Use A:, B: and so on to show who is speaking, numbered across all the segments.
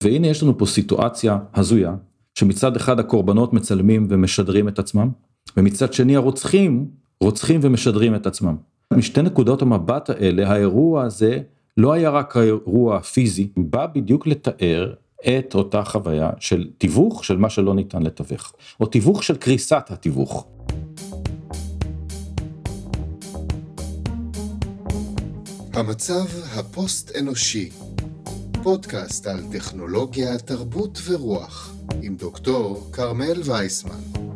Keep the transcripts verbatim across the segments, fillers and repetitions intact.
A: והנה יש לנו פה סיטואציה הזויה, שמצד אחד הקורבנות מצלמים ומשדרים את עצמם, ומצד שני הרוצחים רוצחים ומשדרים את עצמם. משתי נקודות המבט האלה, האירוע הזה לא היה רק האירוע הפיזי, בא בדיוק לתאר את אותה חוויה של תיווך של מה שלא ניתן לתווך, או תיווך של קריסת התיווך.
B: המצב הפוסט-אנושי, פודקאסט על טכנולוגיה, תרבות ורוח, עם דוקטור קרמל וייסמן.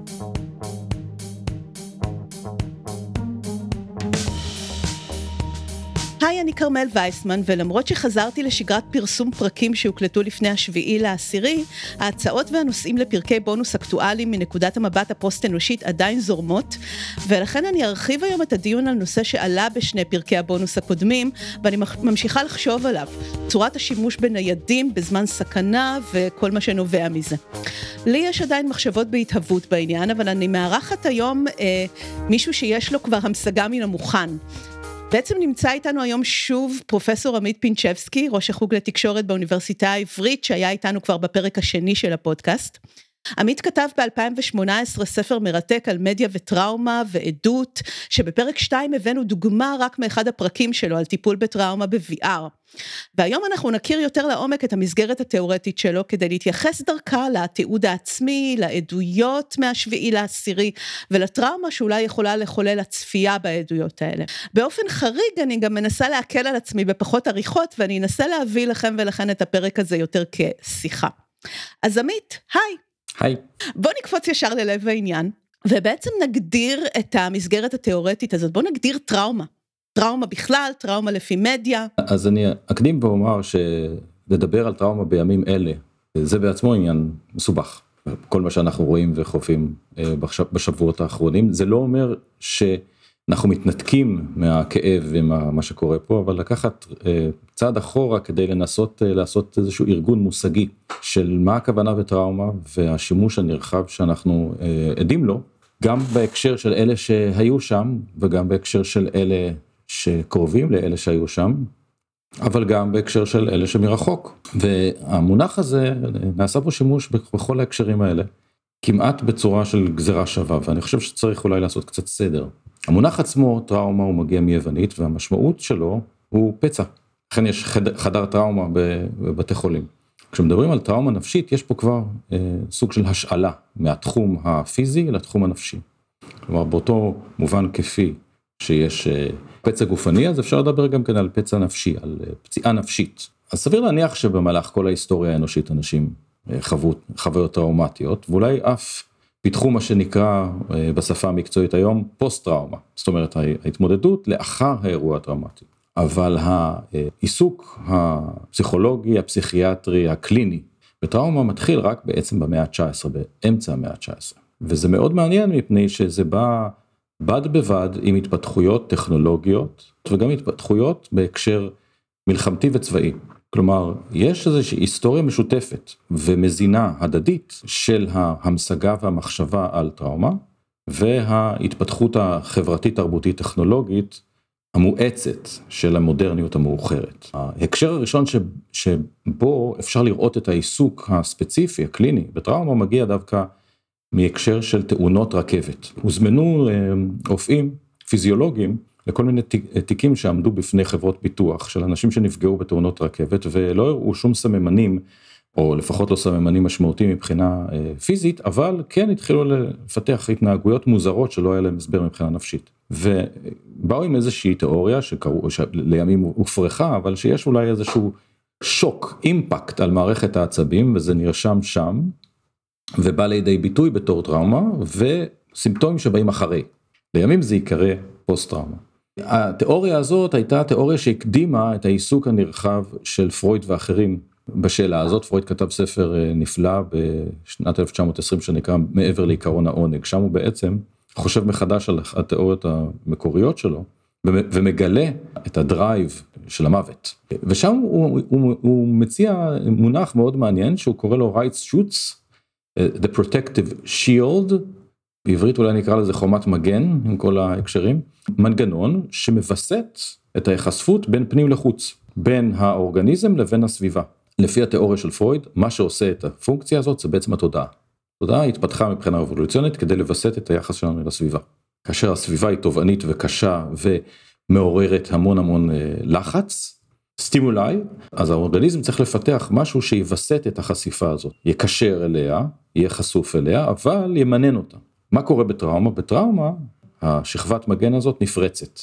C: היי, אני קרמל וייסמן, ולמרות שחזרתי לשגרת פרסום פרקים שהוקלטו לפני השביעי לעשירי, ההצעות והנושאים לפרקי בונוס אקטואליים מנקודת המבט הפוסט-אנושית עדיין זורמות, ולכן אני ארחיב היום את הדיון על נושא שעלה בשני פרקי הבונוס הקודמים, ואני ממשיכה לחשוב עליו, צורת השימוש בניידים בזמן סכנה וכל מה שנובע מזה. לי יש עדיין מחשבות בהתהוות בעניין, אבל אני מארחת היום אה, מישהו שיש לו כבר המשגה מן המוכן. בעצם נמצא איתנו היום שוב פרופסור עמית פינצ'בסקי, ראש החוג לתקשורת באוניברסיטה העברית, שהיה איתנו כבר בפרק השני של הפודקאסט. עמית כתב ב-אלפיים ושמונה עשרה ספר מרתק על מדיה וטראומה ועדות, שבפרק שתיים הבאנו דוגמה רק מאחד הפרקים שלו על טיפול בטראומה ב-וי אר. והיום אנחנו נכיר יותר לעומק את המסגרת התיאורטית שלו, כדי להתייחס דרכה לתיעוד העצמי, לעדויות מהשביעי לעשירי, ולטראומה שאולי יכולה לחולל הצפייה בעדויות האלה. באופן חריג אני גם מנסה להקל על עצמי בפחות עריכות, ואני אנסה להביא לכם ולכן את הפרק הזה יותר כשיחה. אז עמית, היי.
A: היי.
C: בוא נקפוץ ישר ללב העניין, ובעצם נגדיר את המסגרת התיאורטית הזאת. בוא נגדיר טראומה. טראומה בכלל, טראומה לפי מדיה.
A: אז אני אקדים ואומר שלדבר על טראומה בימים אלה, זה בעצמו עניין מסובך. כל מה שאנחנו רואים וחופים בשבועות האחרונים, זה לא אומר שאנחנו מתנתקים מהכאב ומה שקורה פה, אבל לקחת צעד אחורה כדי לנסות לעשות איזשהו ארגון מושגי של מה הכוונה בטראומה והשימוש הנרחב שאנחנו עדים לו, גם בהקשר של אלה שהיו שם וגם בהקשר של אלה שקרובים לאלה שהיו שם, אבל גם בהקשר של אלה שמרחוק. והמונח הזה נעשה בו שימוש בכל ההקשרים האלה, כמעט בצורה של גזירה שווה, ואני חושב שצריך אולי לעשות קצת סדר. המונח עצמו, טראומה, הוא מגיע מיוונית, והמשמעות שלו הוא פצע. לכן יש חדר, חדר טראומה בבתי חולים. כשמדברים על טראומה נפשית, יש פה כבר אה, סוג של השאלה מהתחום הפיזי לתחום הנפשי. כלומר, באותו מובן כפי שיש אה, פצע גופני, אז אפשר לדבר גם כן על פצע נפשי, על אה, פציעה נפשית. אז סביר להניח שבמהלך כל ההיסטוריה האנושית אנשים אה, חוו חוויות טראומטיות, ואולי אף פיתחו מה שנקרא אה, בשפה המקצועית היום פוסט-טראומה. זאת אומרת, ההתמודדות לאחר האירוע הטראומטי. אבל העיסוק הפסיכולוגי, הפסיכיאטרי, הקליני, בטראומה מתחיל רק בעצם במאה ה-תשע עשרה, באמצע המאה ה-תשע עשרה. וזה מאוד מעניין מפני שזה בא בד בבד עם התפתחויות טכנולוגיות, וגם התפתחויות בהקשר מלחמתי וצבאי. כלומר, יש איזושהי היסטוריה משותפת ומזינה הדדית של ההמשגה והמחשבה על טראומה, וההתפתחות החברתית, תרבותית, טכנולוגית, המואצת של המודרניות המאוחרת. ההקשר הראשון ש, שבו אפשר לראות את העיסוק הספציפי, הקליני, בטראומה מגיע דווקא מהקשר של תאונות רכבת. הוזמנו רופאים, פיזיולוגים, לכל מיני תיקים שעמדו בפני חברות ביטוח של אנשים שנפגעו בתאונות רכבת, ולא הראו שום סממנים, או לפחות לא סממנים משמעותיים מבחינה פיזית, אבל כן התחילו לפתח התנהגויות מוזרות שלא היה להם הסבר מבחינה נפשית. ובאו עם איזושהי תיאוריה שקראו, שלימים הופרחה, אבל שיש אולי איזשהו שוק, אימפקט על מערכת העצבים, וזה נרשם שם, ובא לידי ביטוי בתור טראומה, וסימפטומים שבאים אחרי. לימים זה יקרא פוסט-טראומה. התיאוריה הזאת הייתה תיאוריה שהקדימה את העיסוק הנרחב של פרויד ואחרים בשאלה הזאת. פרויד כתב ספר נפלא בשנת אלף תשע מאות עשרים שנקרא מעבר לעיקרון העונג, שם הוא בעצם חושב מחדש על התיאוריות המקוריות שלו, ומגלה את הדרייב של המוות. ושם הוא, הוא, הוא מציע מונח מאוד מעניין, שהוא קורא לו rights shoots, the protective shield, בעברית אולי נקרא לזה חומת מגן, עם כל ההקשרים, מנגנון שמבסט את ההיחשפות בין פנים לחוץ, בין האורגניזם לבין הסביבה. לפי התיאוריה של פרויד, מה שעושה את הפונקציה הזאת זה בעצם התודעה. התודעה התפתחה מבחינה אבולוציונית כדי לבסט את היחס שלנו לסביבה. כאשר הסביבה היא תובענית וקשה ומעוררת המון המון לחץ, סטימולי, אז האורגניזם צריך לפתח משהו שיבסט את החשיפה הזאת, יקשר אליה, יהיה חשוף אליה, אבל ימנן אותה. מה קורה בטראומה? בטראומה, השכבת מגן הזאת נפרצת,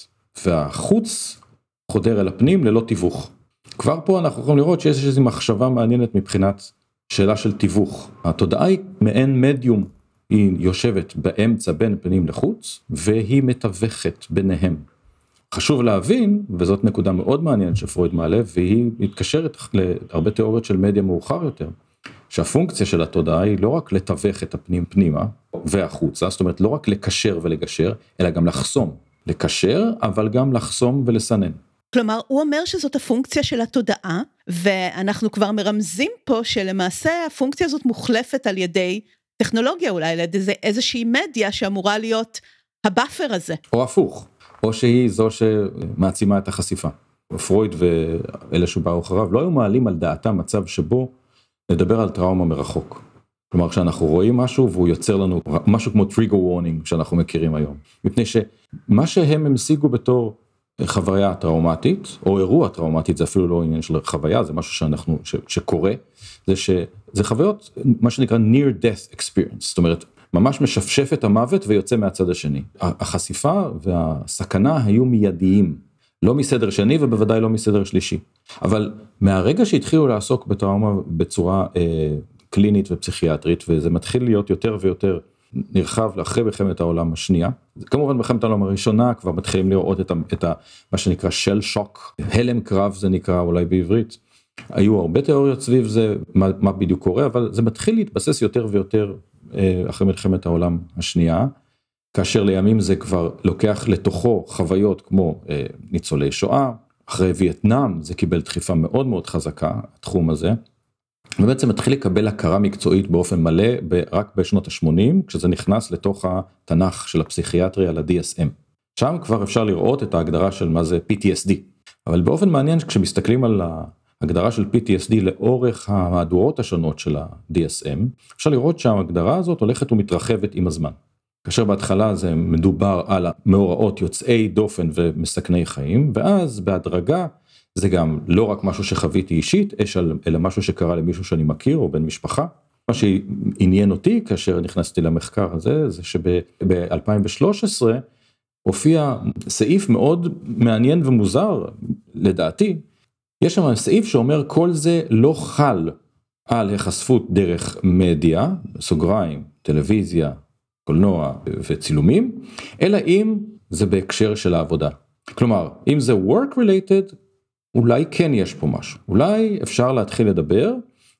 A: והחוץ חודר אל הפנים ללא תיווך. כבר פה אנחנו יכולים לראות שיש איזושהי מחשבה מעניינת מבחינת שאלה של תיווך. התודעה היא מעין מדיום, היא יושבת באמצע בין פנים לחוץ, והיא מתווכת ביניהם. חשוב להבין, וזאת נקודה מאוד מעניינת שפרויד מעלה, והיא מתקשרת להרבה תיאוריות של מדיה מאוחר יותר, שהפונקציה של התודעה היא לא רק לתווך את הפנים פנימה והחוצה, זאת אומרת לא רק לקשר ולגשר, אלא גם לחסום. לקשר, אבל גם לחסום ולסנן.
C: כלומר, הוא אומר שזאת הפונקציה של התודעה, ואנחנו כבר מרמזים פה שלמעשה הפונקציה הזאת מוחלפת על ידי טכנולוגיה אולי, על ידי איזושהי מדיה שאמורה להיות הבאפר הזה.
A: או הפוך, או שהיא זו שמעצימה את החשיפה. פרויד ואלה שבאו אחריו לא היו מעלים על דעתם מצב שבו נדבר על טראומה מרחוק. כלומר, כשאנחנו רואים משהו והוא יוצר לנו משהו כמו trigger warning שאנחנו מכירים היום. מפני שמה שהם המשיגו בתור חוויה טראומטית, או אירוע טראומטית, זה אפילו לא עניין של חוויה, זה משהו שאנחנו, ש, שקורה, זה שזה חוויות, מה שנקרא near death experience, זאת אומרת, ממש משפשף את המוות ויוצא מהצד השני. החשיפה והסכנה היו מיידיים, לא מסדר שני ובוודאי לא מסדר שלישי. אבל מהרגע שהתחילו לעסוק בטראומה בצורה אה, קלינית ופסיכיאטרית, וזה מתחיל להיות יותר ויותר נרחב לאחרי מלחמת העולם השנייה. כמובן במלחמת העולם הראשונה כבר מתחילים לראות את, ה, את ה, מה שנקרא של שוק, הלם קרב זה נקרא אולי בעברית. היו הרבה תיאוריות סביב זה, מה, מה בדיוק קורה, אבל זה מתחיל להתבסס יותר ויותר אה, אחרי מלחמת העולם השנייה, כאשר לימים זה כבר לוקח לתוכו חוויות כמו אה, ניצולי שואה, אחרי וייטנאם זה קיבל דחיפה מאוד מאוד חזקה, התחום הזה, ובעצם מתחיל לקבל הכרה מקצועית באופן מלא רק בשנות ה-שמונים, כשזה נכנס לתוך התנ"ך של הפסיכיאטריה ל-די אס אם. שם כבר אפשר לראות את ההגדרה של מה זה פי טי אס די. אבל באופן מעניין, כשמסתכלים על ההגדרה של פי טי אס די לאורך המהדורות השונות של ה-די אס אם, אפשר לראות שההגדרה הזאת הולכת ומתרחבת עם הזמן. כאשר בהתחלה זה מדובר על מאורעות יוצאי דופן ומסכני חיים, ואז בהדרגה, זה גם לא רק משהו שחוויתי אישית, אלא משהו שקרה למישהו שאני מכיר, או בן משפחה. מה שעניין אותי כאשר נכנסתי למחקר הזה, זה שב-אלפיים ושלוש עשרה הופיע סעיף מאוד מעניין ומוזר, לדעתי. יש שם סעיף שאומר, כל זה לא חל על החשפות דרך מדיה, סוגריים, טלוויזיה, קולנוע וצילומים, אלא אם זה בהקשר של העבודה. כלומר, אם זה work related, אולי כן יש פה משהו, אולי אפשר להתחיל לדבר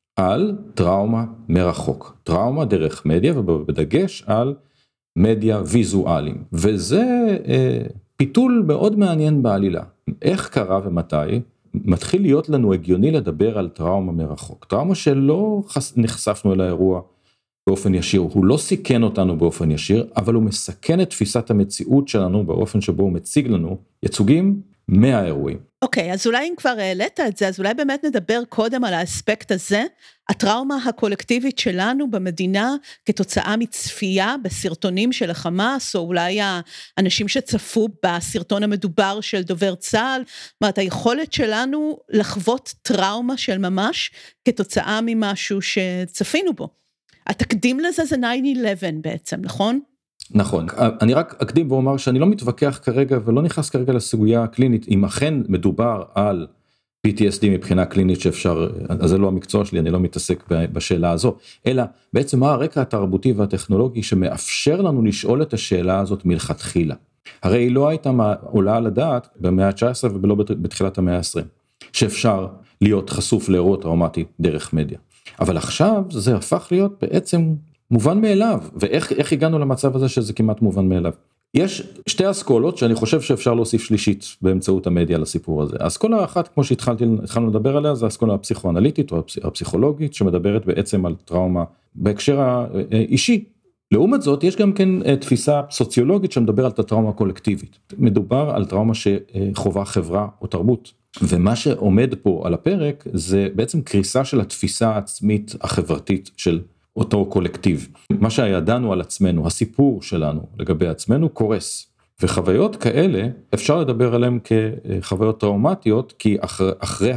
A: על טראומה מרחוק, טראומה דרך מדיה ובדגש על מדיה ויזואליים, וזה אה, פיתול מאוד מעניין בעלילה, איך קרה ומתי מתחיל להיות לנו הגיוני לדבר על טראומה מרחוק, טראומה שלא חס... נחשפנו אל האירוע באופן ישיר, הוא לא סיכן אותנו באופן ישיר, אבל הוא מסכן את תפיסת המציאות שלנו באופן שבו הוא מציג לנו ייצוגים מהאירועים.
C: אוקיי, okay, אז אולי אם כבר העלית את זה, אז אולי באמת נדבר קודם על האספקט הזה, הטראומה הקולקטיבית שלנו במדינה, כתוצאה מצפייה בסרטונים של החמאס, או אולי האנשים שצפו בסרטון המדובר של דובר צה"ל, זאת אומרת, היכולת שלנו לחוות טראומה של ממש, כתוצאה ממשהו שצפינו בו. התקדים לזה זה תשע אחת עשרה בעצם, נכון?
A: נכון, אני רק אקדים ואומר שאני לא מתווכח כרגע ולא נכנס כרגע לסוגיה הקלינית, אם אכן מדובר על פי טי אס די מבחינה קלינית שאפשר, אז זה לא המקצוע שלי, אני לא מתעסק בשאלה הזו, אלא בעצם מה הרקע התרבותי והטכנולוגי שמאפשר לנו לשאול את השאלה הזאת מלכתחילה. הרי היא לא הייתה עולה על הדעת במאה ה-תשע עשרה ולא בתחילת המאה ה-עשרים, שאפשר להיות חשוף לאירוע טראומטי דרך מדיה. אבל עכשיו זה הפך להיות בעצם מובן מאליו, ואיך איך הגענו למצב הזה שזה כמעט מובן מאליו. יש שתי אסכולות שאני חושב שאפשר להוסיף שלישית באמצעות המדיה לסיפור הזה. האסכולה האחת, כמו שהתחלנו לדבר עליה, זה האסכולה הפסיכואנליטית או הפסיכולוגית, שמדברת בעצם על טראומה בהקשר האישי. לעומת זאת, יש גם כן תפיסה סוציולוגית שמדבר על הטראומה הקולקטיבית. מדובר על טראומה שחובה חברה או תרבות. ומה שעומד פה על הפרק זה בעצם קריסה של התפיסה העצמית החברתית של אותו קולקטיב. מה שידענו על עצמנו, הסיפור שלנו לגבי עצמנו קורס. וחוויות כאלה אפשר לדבר עליהן כחוויות טראומטיות, כי אחרי, אחרי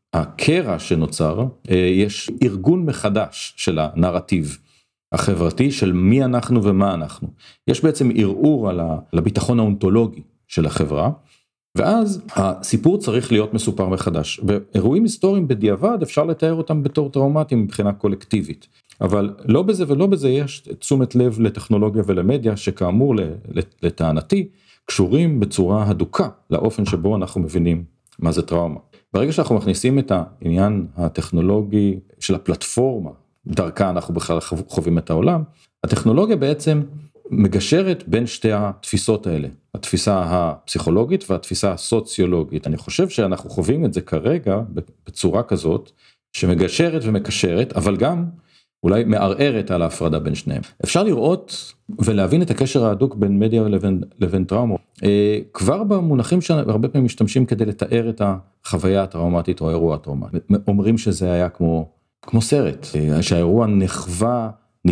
A: הקרע שנוצר, יש ארגון מחדש של הנרטיב החברתי של מי אנחנו ומה אנחנו. יש בעצם ערעור על הביטחון האונתולוגי של החברה, ואז הסיפור צריך להיות מסופר מחדש. ואירועים היסטוריים בדיעבד אפשר לתאר אותם בתור טראומטיים מבחינה קולקטיבית. אבל לא בזה ולא בזה יש תשומת לב לטכנולוגיה ולמדיה, שכאמור לטענתי קשורים בצורה הדוקה לאופן שבו אנחנו מבינים מה זה טראומה. ברגע שאנחנו מכניסים את העניין הטכנולוגי של הפלטפורמה, דרכה אנחנו בכלל חווים את העולם, הטכנולוגיה בעצם מגשרת בין שתי התפיסות האלה, התפיסה הפסיכולוגית והתפיסה הסוציולוגית. אני חושב שאנחנו חווים את זה כרגע בצורה כזאת, שמגשרת ומקשרת, אבל גם אולי מערערת על ההפרדה בין שניהם. אפשר לראות ולהבין את הקשר ההדוק בין מדיה לבין, לבין טראומה, כבר במונחים שהרבה פעמים משתמשים כדי לתאר את החוויה הטראומטית או האירוע הטראומטי. אומרים שזה היה כמו, כמו סרט, שהאירוע נחווה,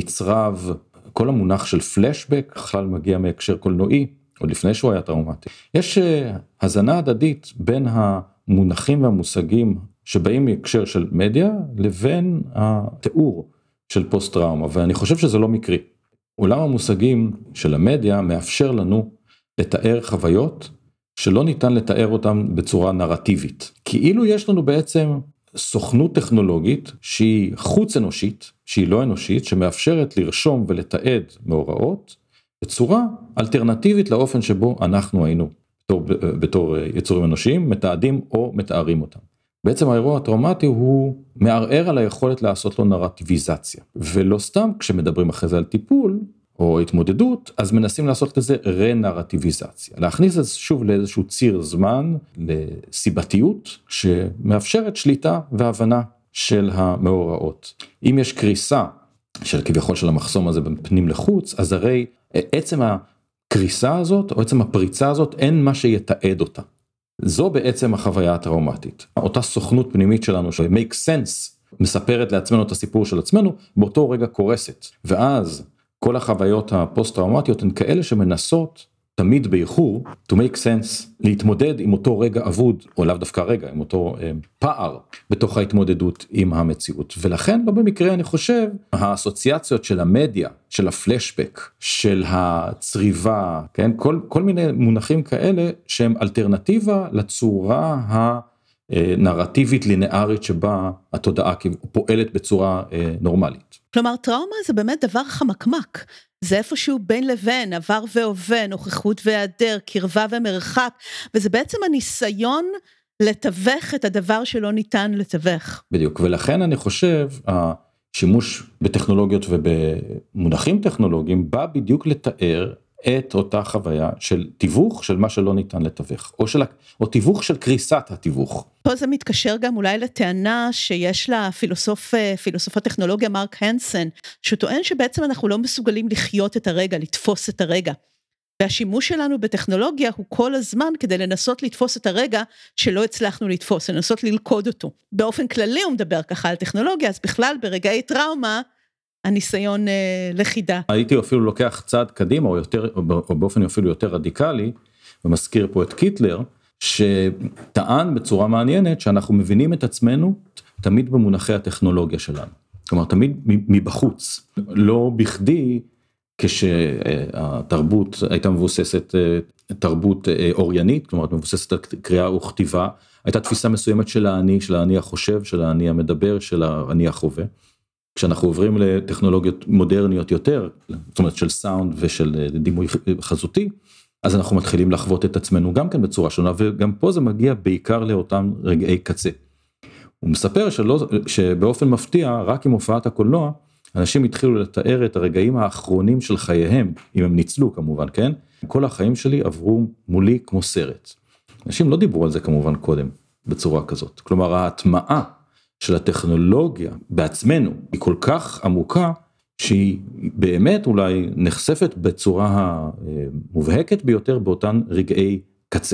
A: נצרב, כל המונח של פלשבק בכלל מגיע מהקשר קולנועי, עוד לפני שהוא היה טראומטי. יש הזנה הדדית בין המונחים והמושגים שבאים מהקשר של מדיה, לבין התיאור של פוסט טראומה, ואני חושב שזה לא מקרי. עולם המושגים של המדיה מאפשר לנו לתאר חוויות שלא ניתן לתאר אותן בצורה נרטיבית. כאילו יש לנו בעצם סוכנות טכנולוגית שהיא חוץ אנושית, שהיא לא אנושית, שמאפשרת לרשום ולתעד מאורעות בצורה אלטרנטיבית לאופן שבו אנחנו היינו בתור, בתור יצורים אנושיים, מתעדים או מתארים אותם. בעצם האירוע הטראומטי הוא מערער על היכולת לעשות לו נרטיביזציה, ולא סתם כשמדברים אחרי זה על טיפול או התמודדות, אז מנסים לעשות לזה רנרטיביזציה, להכניס את זה שוב לאיזשהו ציר זמן, לסיבתיות, שמאפשרת שליטה והבנה של המאורעות. אם יש קריסה של כביכול של המחסום הזה בפנים לחוץ, אז הרי עצם הקריסה הזאת, או עצם הפריצה הזאת, אין מה שיתעד אותה. זו בעצם החוויה הטראומטית. אותה סוכנות פנימית שלנו, ש-make sense, מספרת לעצמנו את הסיפור של עצמנו, באותו רגע קורסת. ואז כל החוויות הפוסט-טראומטיות הן כאלה שמנסות, תמיד באיחור, to make sense, להתמודד עם אותו רגע אבוד, או לאו דווקא רגע, עם אותו אה, פער, בתוך ההתמודדות עם המציאות. ולכן, לא במקרה, אני חושב, האסוציאציות של המדיה, של הפלשבק, של הצריבה, כן? כל, כל מיני מונחים כאלה, שהם אלטרנטיבה לצורה הנרטיבית לינארית, שבה התודעה פועלת בצורה אה, נורמלית.
C: כלומר, טראומה זה באמת דבר חמקמק. זה איפשהו בין לבין, עבר והווה, נוכחות והיעדר, קרבה ומרחק, וזה בעצם הניסיון לתווך את הדבר שלא ניתן לתווך.
A: בדיוק, ולכן אני חושב, השימוש בטכנולוגיות ובמונחים טכנולוגיים, בא בדיוק לתאר את אותה חוויה של תיווך של מה שלא ניתן לתווך, או, של, או תיווך של קריסת התיווך.
C: פה זה מתקשר גם אולי לטענה שיש לה פילוסוף, פילוסוף הטכנולוגיה מרק הנסן, שטוען שבעצם אנחנו לא מסוגלים לחיות את הרגע, לתפוס את הרגע. והשימוש שלנו בטכנולוגיה הוא כל הזמן כדי לנסות לתפוס את הרגע שלא הצלחנו לתפוס, לנסות ללכוד אותו. באופן כללי הוא מדבר ככה על טכנולוגיה, אז בכלל ברגעי טראומה, הניסיון אה, לחידה.
A: הייתי אפילו לוקח צעד קדימה, או, יותר, או באופן אפילו יותר רדיקלי, ומזכיר פה את קיטלר, שטען בצורה מעניינת, שאנחנו מבינים את עצמנו, תמיד במונחי הטכנולוגיה שלנו. כלומר, תמיד מבחוץ. לא בכדי, כשהתרבות הייתה מבוססת, תרבות אוריינית, כלומר, מבוססת על קריאה וכתיבה, הייתה תפיסה מסוימת של האני, של האני החושב, של האני המדבר, של האני החווה. כשאנחנו עוברים לטכנולוגיות מודרניות יותר, זאת אומרת של סאונד ושל דימוי חזותי, אז אנחנו מתחילים לחוות את עצמנו גם כן בצורה שונה, וגם פה זה מגיע בעיקר לאותם רגעי קצה. הוא מספר שלא, שבאופן מפתיע, רק עם הופעת הקולנוע, אנשים התחילו לתאר את הרגעים האחרונים של חייהם, אם הם ניצלו כמובן, כן? כל החיים שלי עברו מולי כמו סרט. אנשים לא דיברו על זה כמובן קודם, בצורה כזאת. כלומר, ההטמעה של הטכנולוגיה בעצמנו היא כל כך עמוקה, שהיא באמת אולי נחשפת בצורה המובהקת ביותר באותן רגעי קצה.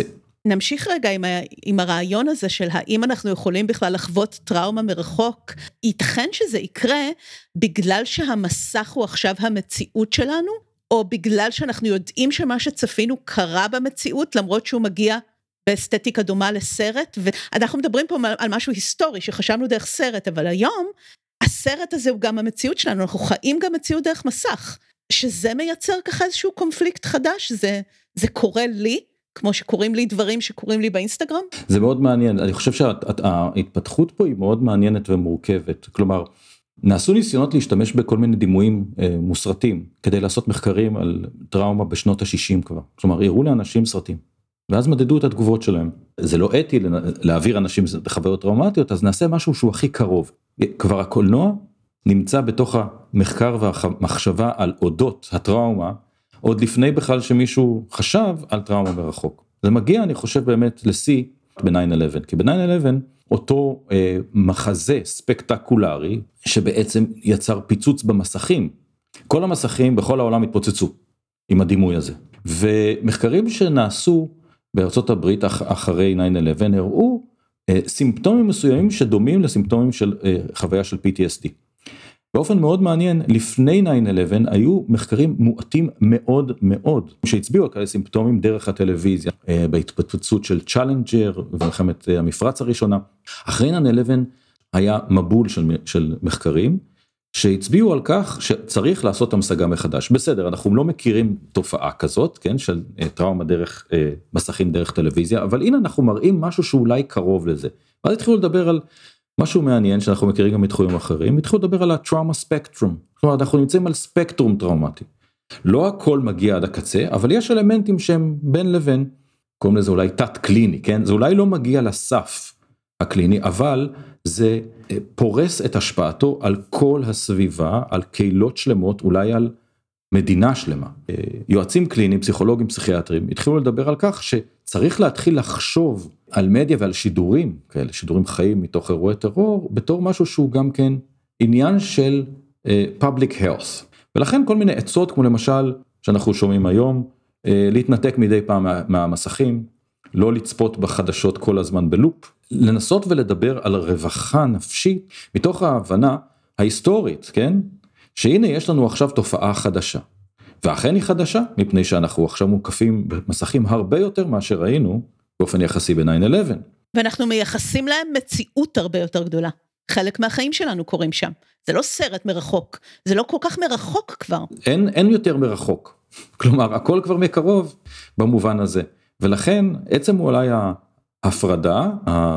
C: נמשיך רגע עם, ה, עם הרעיון הזה של האם אנחנו יכולים בכלל לחוות טראומה מרחוק, ייתכן שזה יקרה בגלל שהמסך הוא עכשיו המציאות שלנו, או בגלל שאנחנו יודעים שמה שצפינו קרה במציאות, למרות שהוא מגיע באסתטיקה דומה לסרט, ואנחנו מדברים פה על משהו היסטורי, שחשבנו דרך סרט, אבל היום, הסרט הזה הוא גם המציאות שלנו, אנחנו חיים גם מציאות דרך מסך, שזה מייצר ככה איזשהו קונפליקט חדש, זה, זה קורה לי, כמו שקוראים לי דברים שקוראים לי באינסטגרם?
A: זה מאוד מעניין, אני חושב שההתפתחות פה היא מאוד מעניינת ומורכבת, כלומר, נעשו ניסיונות להשתמש בכל מיני דימויים אה, מוסרטים, כדי לעשות מחקרים על טראומה בשנות ה-שישים כבר, כלומר, הראו לאנשים סרטים, ואז מדדו את התגובות שלהם, זה לא אתי להעביר אנשים לחוויות טראומטיות, אז נעשה משהו שהוא הכי קרוב, כבר הקולנוע נמצא בתוך המחקר והמחשבה על אודות הטראומה, עוד לפני בכלל שמישהו חשב על טראומה מרחוק. זה מגיע, אני חושב באמת, לשיא ב-נין אלבן, כי ב-נין אלבן, אותו אה, מחזה ספקטקולרי, שבעצם יצר פיצוץ במסכים. כל המסכים בכל העולם התפוצצו עם הדימוי הזה. ומחקרים שנעשו בארצות הברית אח, אחרי נין אלבן, הראו אה, סימפטומים מסוימים שדומים לסימפטומים של אה, חוויה של פי טי אס די. באופן מאוד מעניין, לפני נין אלבן היו מחקרים מועטים מאוד מאוד, שהצביעו על כאלה סימפטומים דרך הטלוויזיה, בהתפוצצות של צ'אלנג'ר ומלחמת המפרץ הראשונה. אחרי נין אלבן היה מבול של, של מחקרים, שהצביעו על כך שצריך לעשות המשגה מחדש. בסדר, אנחנו לא מכירים תופעה כזאת, כן, של טראומה דרך, מסכים דרך טלוויזיה, אבל הנה אנחנו מראים משהו שאולי קרוב לזה. ואז התחילו לדבר על משהו מעניין שאנחנו מכירים גם מתחומים אחרים, התחילו לדבר על הטראומה ספקטרום, כלומר אנחנו נמצאים על ספקטרום טראומטי, לא הכל מגיע עד הקצה, אבל יש אלמנטים שהם בין לבין, קוראים לזה אולי תת קליני, כן? זה אולי לא מגיע לסף הקליני, אבל זה פורס את השפעתו על כל הסביבה, על קהילות שלמות, אולי על מדינה שלמה. יועצים קליניים, פסיכולוגים, פסיכיאטרים, התחילו לדבר על כך שצריך להתחיל לחשוב על מדיה ועל שידורים, כאלה שידורים חיים מתוך אירועי טרור, בתור משהו שהוא גם כן עניין של uh, public health. ולכן כל מיני עצות, כמו למשל, שאנחנו שומעים היום, uh, להתנתק מדי פעם מה, מהמסכים, לא לצפות בחדשות כל הזמן בלופ, לנסות ולדבר על רווחה נפשית, מתוך ההבנה ההיסטורית, כן? שהנה יש לנו עכשיו תופעה חדשה. ואכן היא חדשה, מפני שאנחנו עכשיו מוקפים במסכים הרבה יותר מאשר ראינו, באופן יחסי ב-נין אלבן.
C: ואנחנו מייחסים להם מציאות הרבה יותר גדולה. חלק מהחיים שלנו קורים שם. זה לא סרט מרחוק, זה לא כל כך מרחוק כבר.
A: אין, אין יותר מרחוק. כלומר, הכל כבר מקרוב במובן הזה. ולכן, עצם אולי ההפרדה,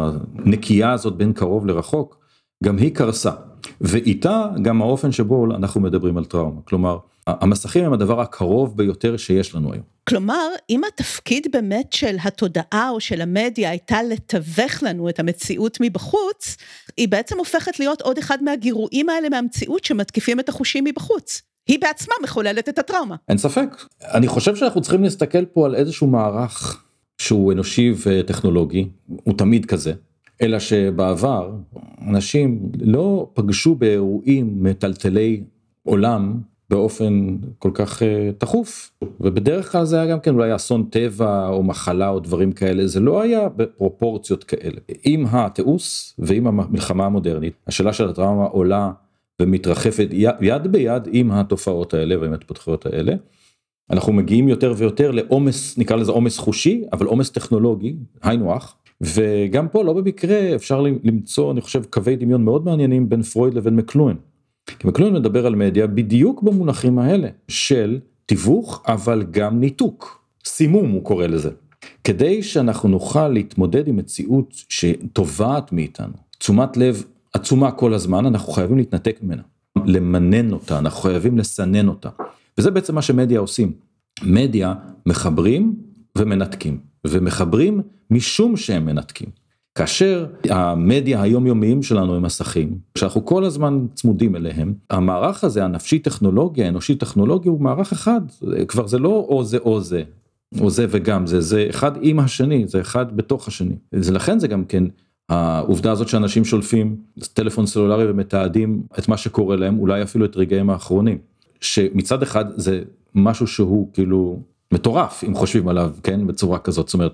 A: הנקייה הזאת בין קרוב לרחוק, גם היא קרסה. ואיתה גם האופן שבו אנחנו מדברים על טראומה. כלומר, המסכים הם הדבר הקרוב ביותר שיש לנו היום.
C: כלומר, אם התפקיד באמת של התודעה או של המדיה הייתה לתווך לנו את המציאות מבחוץ, היא בעצם הופכת להיות עוד אחד מהגירויים האלה מהמציאות שמתקיפים את החושים מבחוץ. היא בעצמה מחוללת את הטראומה.
A: אין ספק. אני חושב שאנחנו צריכים להסתכל פה על איזשהו מערך שהוא אנושי וטכנולוגי, הוא תמיד כזה. אלא שבעבר אנשים לא פגשו באירועים מטלטלי עולם באופן כל כך uh, תחוף, ובדרך כלל זה היה גם כן אולי אסון טבע או מחלה או דברים כאלה, זה לא היה בפרופורציות כאלה. עם התיעוש ועם המלחמה המודרנית, השאלה של הטראומה עולה ומתרחפת יד ביד עם התופעות האלה ועם התפתחויות האלה, אנחנו מגיעים יותר ויותר לעומס, נקרא לזה עומס חושי, אבל עומס טכנולוגי, היינו הך, וגם פה לא במקרה אפשר למצוא, אני חושב, קווי דמיון מאוד מעניינים בין פרויד לבין מקלואין. כי מקלואין מדבר על מדיה בדיוק במונחים האלה, של תיווך, אבל גם ניתוק. סימום הוא קורא לזה. כדי שאנחנו נוכל להתמודד עם מציאות שטובעת מאיתנו, תשומת לב עצומה כל הזמן, אנחנו חייבים להתנתק ממנה. למנן אותה, אנחנו חייבים לסנן אותה. וזה בעצם מה שמדיה עושים. מדיה מחברים ומנתקים. ומחברים משום שהם מנתקים. כאשר המדיה היומיומיים שלנו הם מסכים, שאנחנו כל הזמן צמודים אליהם, המערך הזה, הנפשי טכנולוגיה, האנושי טכנולוגיה, הוא מערך אחד, כבר זה לא או זה או זה, או זה וגם זה, זה אחד עם השני, זה אחד בתוך השני. זה לכן זה גם כן, העובדה הזאת שאנשים שולפים טלפון סלולרי ומתעדים את מה שקורה להם, אולי אפילו את רגעים האחרונים, שמצד אחד זה משהו שהוא כאילו מטורף, אם חושבים עליו, כן, בצורה כזאת, זאת אומרת,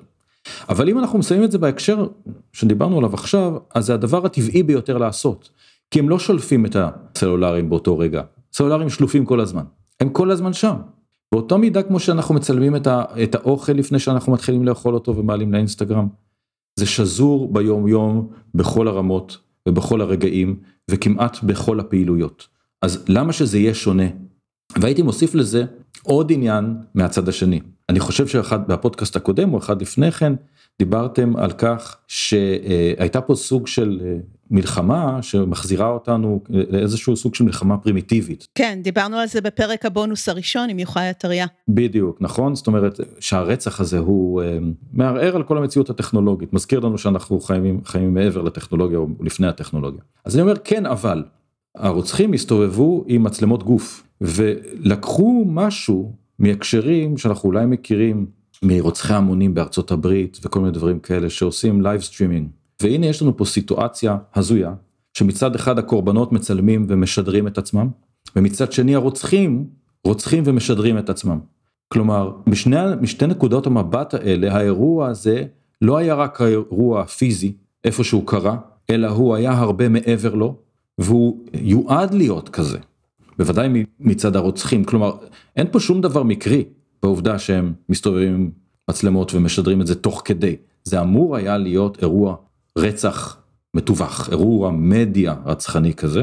A: אבל אם אנחנו מסיימים את זה בהקשר שדיברנו עליו עכשיו, אז זה הדבר הטבעי ביותר לעשות, כי הם לא שולפים את הסלולרים באותו רגע, סלולרים שלופים כל הזמן, הם כל הזמן שם, באותה מידה כמו שאנחנו מצלמים את, ה, את האוכל לפני שאנחנו מתחילים לאכול אותו ומעלים לאינסטגרם, זה שזור ביום יום בכל הרמות ובכל הרגעים וכמעט בכל הפעילויות, אז למה שזה יהיה שונה? והייתי מוסיף לזה עוד עניין מהצד השני. אני חושב שאחד בפודקאסט הקודם או אחד לפני כן, דיברתם על כך שהייתה פה סוג של מלחמה שמחזירה אותנו לאיזשהו סוג של מלחמה פרימיטיבית.
C: כן, דיברנו על זה בפרק הבונוס הראשון עם יוחאי עטריה.
A: בדיוק, נכון? זאת אומרת שהרצח הזה הוא מערער על כל המציאות הטכנולוגית, מזכיר לנו שאנחנו חיים, חיים מעבר לטכנולוגיה או לפני הטכנולוגיה. אז אני אומר כן, אבל הרוצחים הסתובבו עם מצלמות גוף, ולקחו משהו מהקשרים שאנחנו אולי מכירים מרוצחי המונים בארצות הברית וכל מיני דברים כאלה שעושים לייב סטרימינג. והנה יש לנו פה סיטואציה הזויה, שמצד אחד הקורבנות מצלמים ומשדרים את עצמם, ומצד שני הרוצחים רוצחים ומשדרים את עצמם. כלומר, משני, משתי נקודות המבט האלה, האירוע הזה לא היה רק האירוע הפיזי, איפה שהוא קרה, אלא הוא היה הרבה מעבר לו, והוא יועד להיות כזה. בוודאי מצד הרוצחים, כלומר, אין פה שום דבר מקרי, בעובדה שהם מסתובבים עם מצלמות ומשדרים את זה תוך כדי. זה אמור היה להיות אירוע רצח מטווח, אירוע מדיה רצחני כזה,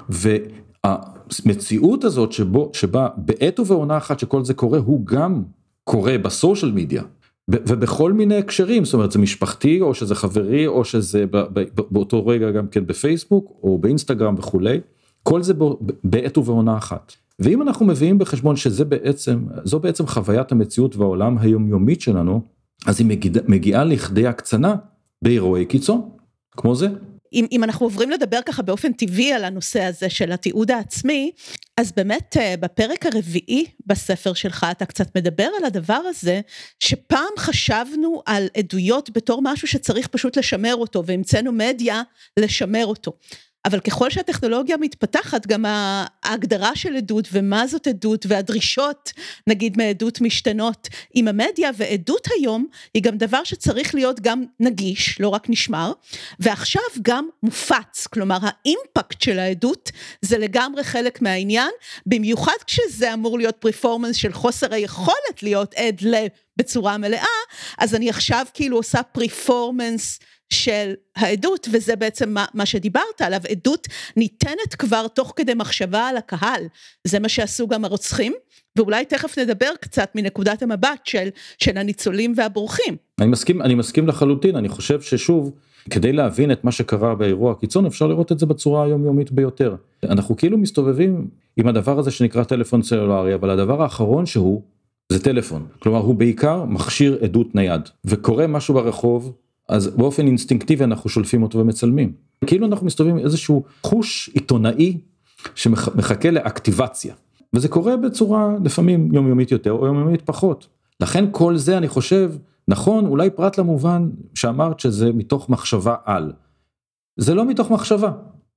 A: והמציאות הזאת שבו, שבה בעת ובעונה אחת שכל זה קורה, הוא גם קורה בסושיאל מדיה, ובכל מיני הקשרים, זאת אומרת, זה משפחתי, או שזה חברי, או שזה באותו רגע גם כן בפייסבוק, או באינסטגרם וכולי, כל זה בעת ובעונה אחת. ואם אנחנו מביאים בחשבון שזה בעצם, זו בעצם חוויית המציאות והעולם היומיומית שלנו, אז היא מגיעה לכדי הקצנה באירועי קיצון, כמו זה.
C: אם, אם אנחנו עוברים לדבר ככה באופן טבעי על הנושא הזה של התיעוד העצמי, אז באמת בפרק הרביעי בספר שלך אתה קצת מדבר על הדבר הזה, שפעם חשבנו על עדויות בתור משהו שצריך פשוט לשמר אותו, והמצאנו מדיה לשמר אותו. אבל ככל שהטכנולוגיה מתפתחת, גם ההגדרה של עדות ומה זאת עדות והדרישות, נגיד מעדות משתנות עם המדיה, ועדות היום היא גם דבר שצריך להיות גם נגיש, לא רק נשמר, ועכשיו גם מופץ, כלומר האימפקט של העדות זה לגמרי חלק מהעניין, במיוחד כשזה אמור להיות פרפורמנס של חוסר היכולת להיות עד לב בצורה מלאה, אז אני עכשיו כאילו עושה פרפורמנס של העדות, וזה בעצם מה, מה שדיברת עליו, עדות ניתנת כבר תוך כדי מחשבה על הקהל, זה מה שעשו גם הרוצחים, ואולי תכף נדבר קצת מנקודת המבט של, של הניצולים והבורחים.
A: אני מסכים, אני מסכים לחלוטין, אני חושב ששוב, כדי להבין את מה שקרה באירוע הקיצון, אפשר לראות את זה בצורה היומיומית ביותר. אנחנו כאילו מסתובבים עם הדבר הזה שנקרא טלפון סלולרי, אבל הדבר האחרון שהוא, זה טלפון. כלומר, הוא בעיקר מכשיר עדות נייד, וקורה משהו ברחוב, אז באופן אינסטינקטיבי אנחנו שולפים אותו ומצלמים. כאילו אנחנו מסתובבים עם איזשהו חוש עיתונאי שמחכה לאקטיבציה. וזה קורה בצורה לפעמים יומיומית יותר או יומיומית פחות. לכן כל זה אני חושב, נכון, אולי פרט למובן שאמרת שזה מתוך מחשבה על. זה לא מתוך מחשבה.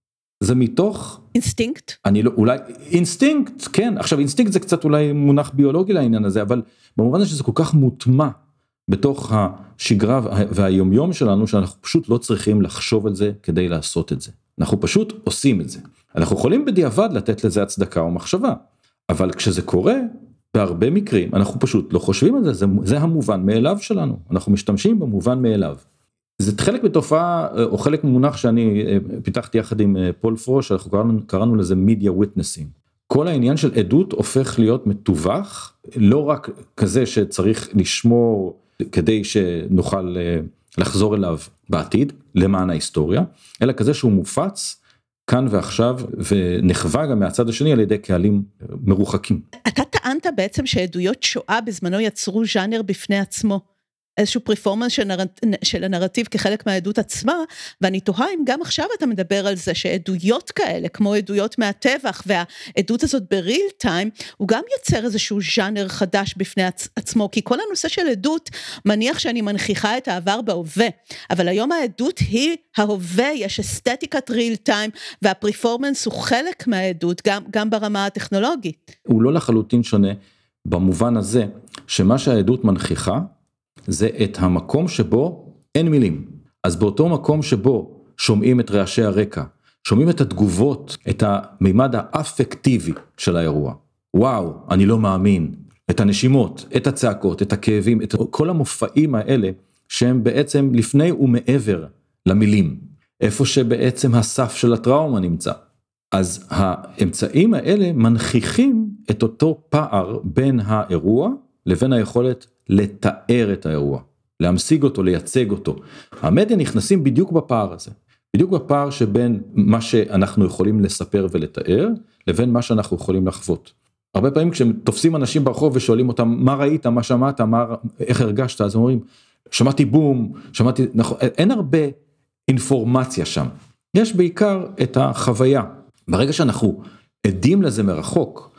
A: זה מתוך...
C: אינסטינקט?
A: אני לא, אולי, אינסטינקט, כן. עכשיו אינסטינקט זה קצת אולי מונח ביולוגי לעניין הזה, אבל במובן הזה שזה כל כך מוטמע בתוך השגרה והיומיום שלנו, שאנחנו פשוט לא צריכים לחשוב על זה כדי לעשות את זה. אנחנו פשוט עושים את זה. אנחנו יכולים בדיעבד לתת לזה הצדקה או מחשבה, אבל כשזה קורה, בהרבה מקרים, אנחנו פשוט לא חושבים על זה, זה, זה המובן מאליו שלנו, אנחנו משתמשים במובן מאליו. זה חלק בתופעה, או חלק ממונח שאני פיתחתי יחד עם פול פרוש, אנחנו קראנו, קראנו לזה media witnessing. כל העניין של עדות הופך להיות מתווך, לא רק כזה שצריך לשמור כדי שנוכל לחזור אליו בעתיד, למען ההיסטוריה, אלא כזה שהוא מופץ כאן ועכשיו, ונחווה גם מהצד השני על ידי קהלים מרוחקים.
C: אתה טענת בעצם שעדויות שואה בזמנו יצרו ז'אנר בפני עצמו, איזשהו פרפורמנס של, נר... של הנרטיב כחלק מהעדות עצמה, ואני תוהה אם גם עכשיו אתה מדבר על זה שעדויות כאלה, כמו עדויות מהטבח, והעדות הזאת בריל טיים, הוא גם יוצר איזשהו ז'אנר חדש בפני עצ... עצמו, כי כל הנושא של עדות מניח שאני מנכיחה את העבר בהווה, אבל היום העדות היא ההווה, יש אסתטיקת ריל טיים, והפרפורמנס הוא חלק מהעדות, גם, גם ברמה הטכנולוגית.
A: הוא לא לחלוטין שונה, במובן הזה, שמה שהעדות מנכיחה, זה את המקום שבו אין מילים. אז באותו מקום שבו שומעים את רעשי הרקע, שומעים את התגובות, את המימד האפקטיבי של האירוע. וואו, אני לא מאמין. את הנשימות, את הצעקות, את הכאבים, את כל המופעים האלה, שהם בעצם לפני ומעבר למילים. איפה שבעצם הסף של הטראומה נמצא. אז האמצעים האלה מנכיחים את אותו פער בין האירוע, לבין היכולת לתאר את האירוע. להמשיג אותו, לייצג אותו. המדיה נכנסים בדיוק בפער הזה. בדיוק בפער שבין מה שאנחנו יכולים לספר ולתאר, לבין מה שאנחנו יכולים לחוות. הרבה פעמים כשהם תופסים אנשים ברחוב ושואלים אותם, מה ראית, מה שמעת, מה, איך הרגשת, אז אומרים, שמעתי בום, שמעתי, נכון, אין הרבה אינפורמציה שם. יש בעיקר את החוויה. ברגע שאנחנו עדים לזה מרחוק,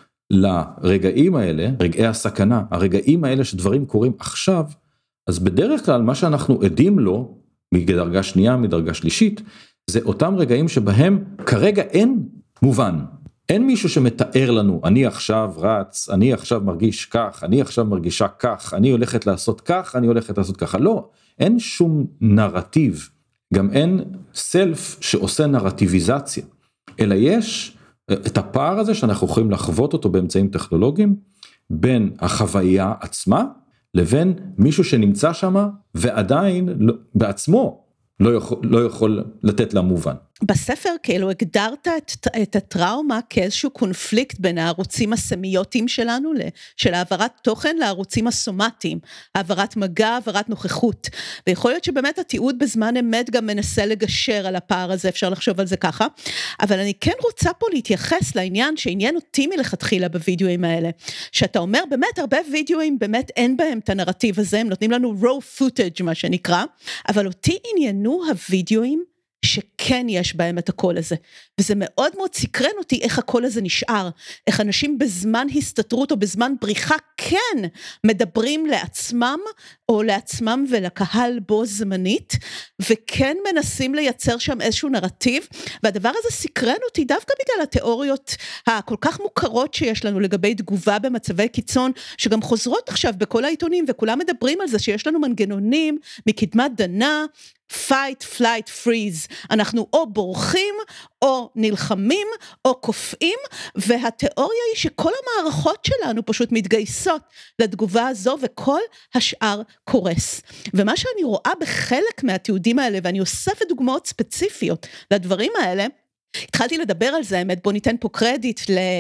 A: לרגעים האלה, רגעי הסכנה, הרגעים האלה שדברים קורים עכשיו, אז בדרך כלל מה שאנחנו עדים לו, מדרגה שנייה, מדרגה שלישית, זה אותם רגעים שבהם כרגע אין מובן. אין מישהו שמתאר לנו, אני עכשיו רץ, אני עכשיו מרגיש כך, אני עכשיו מרגישה כך, אני הולכת לעשות כך, אני הולכת לעשות ככה. לא, אין שום נרטיב, גם אין סלף שעושה נרטיביזציה, אלא יש את הפער הזה שאנחנו יכולים לחוות אותו באמצעים טכנולוגיים, בין החוויה עצמה, לבין מישהו שנמצא שם, ועדיין בעצמו לא יכול, לא יכול לתת לה מובן.
C: בספר כאילו הגדרת את, את הטראומה כאיזשהו קונפליקט בין הערוצים הסמיוטיים שלנו, של העברת תוכן לערוצים הסומטיים, העברת מגע, העברת נוכחות, ויכול להיות שבאמת התיעוד בזמן אמת גם מנסה לגשר על הפער הזה, אפשר לחשוב על זה ככה, אבל אני כן רוצה פה להתייחס לעניין שעניין אותי מלכתחילה בווידאוים האלה, שאתה אומר באמת הרבה וידאוים באמת אין בהם את הנרטיב הזה, הם נותנים לנו raw footage מה שנקרא, אבל אותי עניינו הווידאוים שכן יש בהם את הקול הזה, וזה מאוד מאוד סקרן אותי איך הקול הזה נשאר, איך אנשים בזמן הסתתרות או בזמן בריחה כן מדברים לעצמם או לעצמם ולקהל בו זמנית, וכן מנסים לייצר שם איזשהו נרטיב, והדבר הזה סקרן אותי דווקא בגלל התיאוריות הכל כך מוכרות שיש לנו לגבי תגובה במצבי קיצון, שגם חוזרות עכשיו בכל העיתונים, וכולם מדברים על זה שיש לנו מנגנונים מקדמת דנה, fight, flight, freeze, אנחנו או בורחים, או נלחמים, או קופאים, והתיאוריה היא שכל המערכות שלנו פשוט מתגייסות לתגובה הזו, וכל השאר קורס. ומה שאני רואה בחלק מהתיעודים האלה, ואני אוספת דוגמאות ספציפיות לדברים האלה, התחלתי לדבר על זה, האמת, בוא ניתן פה קרדיט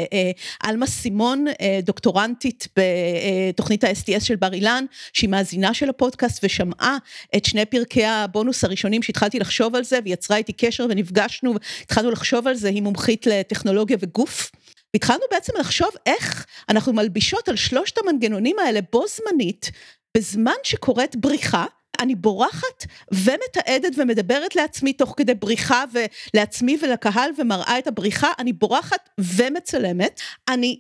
C: לאלמה סימון, דוקטורנטית בתוכנית ה-אס טי אס של בר אילן, שהיא מאזינה של הפודקאסט ושמעה את שני פרקי הבונוס הראשונים שהתחלתי לחשוב על זה, ויצרה איתי קשר ונפגשנו, התחלנו לחשוב על זה, היא מומחית לטכנולוגיה וגוף, והתחלנו בעצם לחשוב איך אנחנו מלבישות על שלושת המנגנונים האלה בו זמנית, בזמן שקורית בריחה, אני בורחת ומתעדת ומדברת לעצמי תוך כדי בריחה ולעצמי ולקהל ומראה את הבריחה, אני בורחת ומצלמת, אני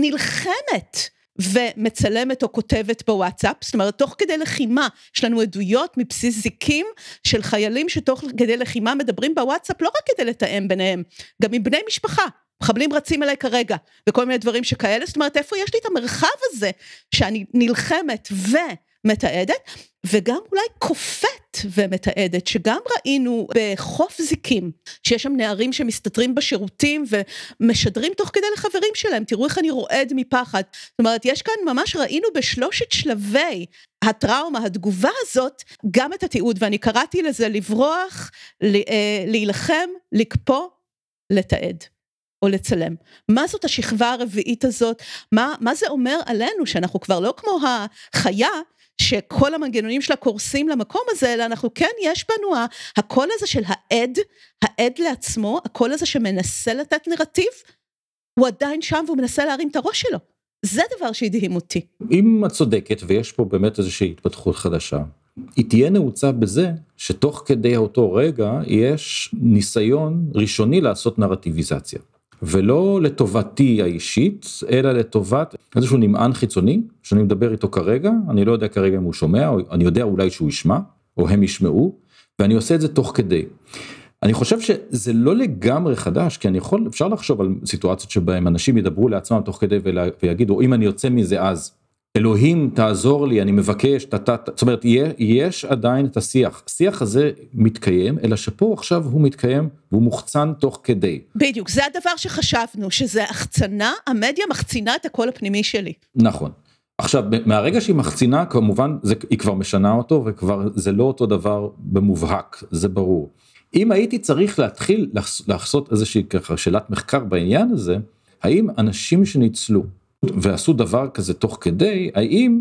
C: נלחמת ומצלמת או כותבת בוואטסאפ, זאת אומרת תוך כדי לחימה, יש לנו עדויות מבסיס זיקים של חיילים שתוך כדי לחימה מדברים בוואטסאפ, לא רק כדי לתאם ביניהם, גם עם בני משפחה, מחבלים רצים אליי כרגע, וכל מיני דברים שכאלה, זאת אומרת איפה יש לי את המרחב הזה, שאני נלחמת ו... מתעדת, וגם אולי קופת ומתעדת, שגם ראינו בחוף זיקים, שיש שם נערים שמסתתרים בשירותים, ומשדרים תוך כדי לחברים שלהם, תראו איך אני רועד מפחד, זאת אומרת, יש כאן ממש ראינו בשלושת שלבי הטראומה, התגובה הזאת, גם את התיעוד, ואני קראתי לזה לברוח, להילחם, לקפוא, לתעד. או לצלם. מה זאת השכבה הרביעית הזאת? מה, מה זה אומר עלינו, שאנחנו כבר לא כמו החיה, שכל המנגנונים שלה קורסים למקום הזה, אלא אנחנו כן, יש בנו הקול הזה של העד, העד לעצמו, הקול הזה שמנסה לתת נרטיב, הוא עדיין שם והוא מנסה להרים את הראש שלו. זה דבר שהדהים אותי.
A: אם את צודקת ויש פה באמת איזושהי התפתחות חדשה, היא תהיה נעוצה בזה שתוך כדי אותו רגע יש ניסיון ראשוני לעשות נרטיביזציה. ולא לטובתי האישית, אלא לטובת איזשהו נמען חיצוני, שאני מדבר איתו כרגע, אני לא יודע כרגע אם הוא שומע, או אני יודע אולי שהוא ישמע, או הם ישמעו, ואני עושה את זה תוך כדי. אני חושב שזה לא לגמרי חדש, כי אני יכול, אפשר לחשוב על סיטואציות שבהם אנשים ידברו לעצמם תוך כדי ויגידו, אם אני יוצא מזה אז, אלוהים תעזור לי, אני מבקש, תתה, זאת אומרת, יש עדיין את השיח, השיח הזה מתקיים, אלא שפה עכשיו הוא מתקיים, והוא מוחצן תוך כדי.
C: בדיוק, זה הדבר שחשבנו, שזה החצנה, המדיה מחצינה את הקול הפנימי שלי.
A: נכון. עכשיו, מהרגע שהיא מחצינה, כמובן, זה, היא כבר משנה אותו, וכבר זה לא אותו דבר במובהק, זה ברור. אם הייתי צריך להתחיל לעשות איזושהי ככה שאלת מחקר בעניין הזה, האם אנשים שניצלו ועשו דבר כזה תוך כדי, האם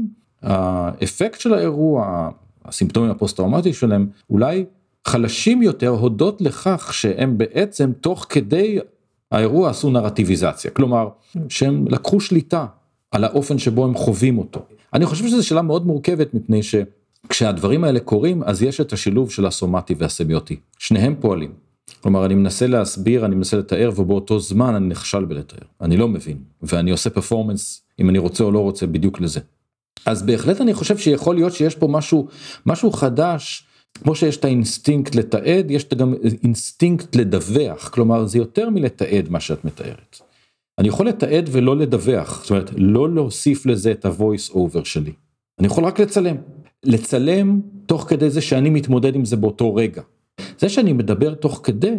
A: האפקט של האירוע, הסימפטומים הפוסט-טראומטיים שלהם, אולי חלשים יותר הודות לכך שהם בעצם תוך כדי האירוע עשו נרטיביזציה, כלומר שהם לקחו שליטה על האופן שבו הם חווים אותו. אני חושב שזו שאלה מאוד מורכבת מפני שכשהדברים האלה קורים, אז יש את השילוב של הסומטי והסמיוטי, שניהם פועלים. כלומר, אני מנסה להסביר, אני מנסה לתאר, ובאותו זמן אני נכשל בלתאר. אני לא מבין, ואני עושה פרפורמנס, אם אני רוצה או לא רוצה, בדיוק לזה. אז בהחלט אני חושב שיכול להיות שיש פה משהו, משהו חדש, כמו שיש את האינסטינקט לתעד, יש גם אינסטינקט לדווח, כלומר, זה יותר מלתעד מה שאת מתארת. אני יכול לתעד ולא לדווח, זאת אומרת, לא להוסיף לזה את ה-voice over שלי. אני יכול רק לצלם. לצלם תוך כדי זה שאני מתמודד עם זה באותו רגע. זה שאני מדבר תוך כדי,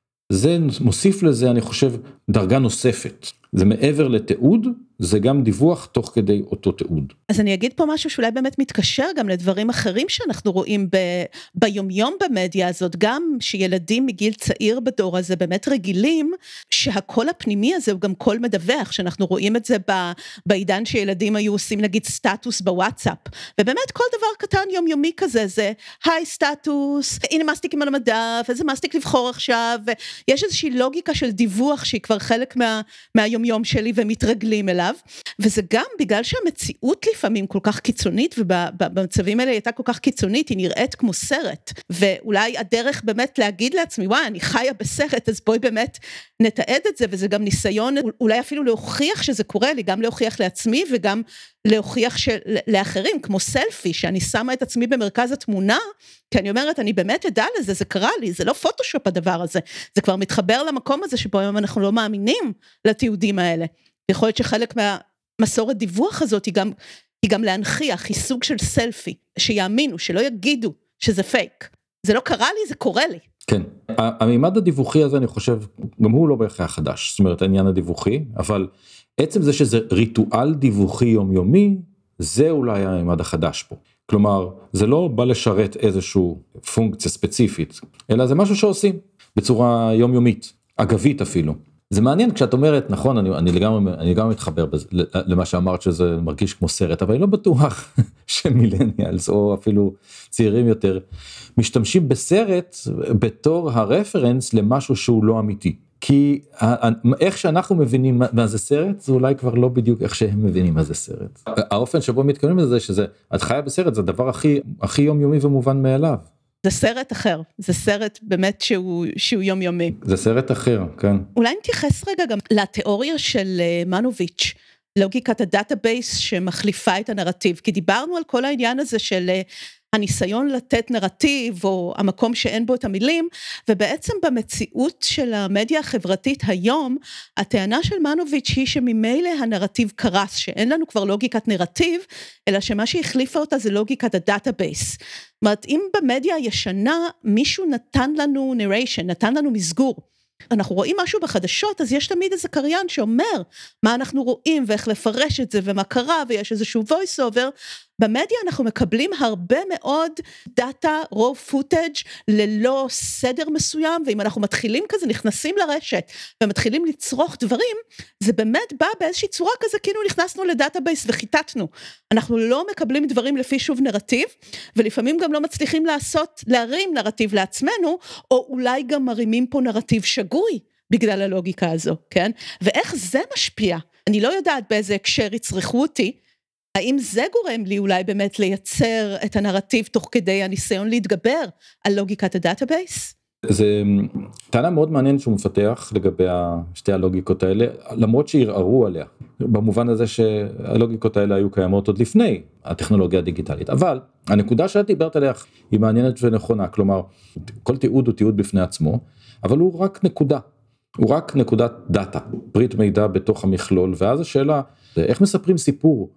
A: זה מוסיף לזה, אני חושב, דרגה נוספת. זה מעבר לתיעוד, זה גם דיווח תוך כדי אותו תיעוד.
C: אז אני אגיד פה משהו שאולי באמת מתקשר גם לדברים אחרים שאנחנו רואים ב, ביומיום במדיה הזאת, גם שילדים מגיל צעיר בדור הזה באמת רגילים, שהקול הפנימי הזה הוא גם קול מדווח, שאנחנו רואים את זה ב, בעידן שילדים היו עושים נגיד סטטוס בוואטסאפ, ובאמת כל דבר קטן יומיומי כזה, זה היי סטטוס, הנה מסטיק עם המדף, איזה מסטיק לבחור עכשיו, ויש איזושהי לוגיקה של דיווח שהיא כבר חלק מה, מהיומיום שלי ומתרגלים אליו, וזה גם בגלל שהמציאות לפעמים כל כך קיצונית, ובמצבים האלה היא הייתה כל כך קיצונית, היא נראית כמו סרט, ואולי הדרך באמת להגיד לעצמי, וואי, אני חיה בסרט, אז בואי באמת נתעד את זה, וזה גם ניסיון, אולי אפילו להוכיח שזה קורה לי, גם להוכיח לעצמי, וגם להוכיח של, לאחרים, כמו סלפי, שאני שמה את עצמי במרכז התמונה, כי אני אומרת, אני באמת אדע לזה, זה קרה לי, זה לא פוטושופ הדבר הזה, זה כבר מתחבר למקום הזה, שבו היום אנחנו לא מאמינים לתיעודים האלה. יכול להיות שחלק מהמסורת דיווח הזאת, היא גם, היא גם להנחיח, היא סוג של סלפי, שיאמינו, שלא יגידו שזה פייק. זה לא קרה לי, זה קורה לי.
A: כן, המימד הדיווחי הזה, אני חושב, גם הוא לא בהכרח חדש, זאת אומרת, העניין הדיווחי, אבל עצם זה שזה ריטואל דיווחי יומיומי, זה אולי המימד החדש פה. כלומר, זה לא בא לשרת איזושהי פונקציה ספציפית, אלא זה משהו שעושים בצורה יומיומית, אגבית אפילו. זה מעניין כשאת אומרת, נכון, אני, אני לגמרי, אני גם מתחבר בזה, למה שאמרת שזה מרגיש כמו סרט, אבל אני לא בטוח שמילניאלס או אפילו צעירים יותר, משתמשים בסרט בתור הרפרנס למשהו שהוא לא אמיתי. כי איך שאנחנו מבינים מה זה סרט, זה אולי כבר לא בדיוק איך שהם מבינים מה זה סרט. האופן שבו מתכוונים לזה, שזה, את חיה בסרט, זה הדבר הכי, הכי יומיומי ומובן מאליו.
C: זה סרט אחר, זה סרט באמת שהוא, שהוא יומיומי.
A: זה סרט אחר, כן.
C: אולי נתייחס רגע גם לתיאוריה של מנוביץ', לוגיקת הדאטאבייס שמחליפה את הנרטיב, כי דיברנו על כל העניין הזה של הניסיון לתת נרטיב, או המקום שאין בו את המילים, ובעצם במציאות של המדיה החברתית היום, הטענה של מנוביץ' היא שממילא הנרטיב קרס, שאין לנו כבר לוגיקת נרטיב, אלא שמה שהחליפה אותה זה לוגיקת הדאטאבייס. זאת אומרת, אם במדיה הישנה, מישהו נתן לנו narration, נתן לנו מסגור, אנחנו רואים משהו בחדשות, אז יש תמיד איזה קריין שאומר מה אנחנו רואים ואיך לפרש את זה ומה קרה, ויש איזשהו voice over. במדיה אנחנו מקבלים הרבה מאוד דאטה, raw footage, ללא סדר מסוים, ואם אנחנו מתחילים כזה, נכנסים לרשת, ומתחילים לצרוך דברים, זה באמת בא באיזושהי צורה כזה, כאילו נכנסנו לדאטאבייס וחיטטנו. אנחנו לא מקבלים דברים לפי שוב נרטיב, ולפעמים גם לא מצליחים לעשות, להרים נרטיב לעצמנו, או אולי גם מרימים פה נרטיב שגוי, בגלל הלוגיקה הזו, כן? ואיך זה משפיע? אני לא יודעת באיזה הקשר יצריכו אותי, האם זה גורם לי אולי באמת לייצר את הנרטיב תוך כדי הניסיון להתגבר על לוגיקת הדאטאבייס?
A: זה טענה מאוד מעניינת שהוא מפתח לגבי שתי הלוגיקות האלה, למרות שערערו עליה, במובן הזה שהלוגיקות האלה היו קיימות עוד לפני הטכנולוגיה הדיגיטלית, אבל הנקודה שאת דיברת עליה היא מעניינת ונכונה, כלומר, כל תיעוד הוא תיעוד בפני עצמו, אבל הוא רק נקודה, הוא רק נקודת דאטה, ברית מידע בתוך המכלול, ואז השאלה, איך מספרים סיפור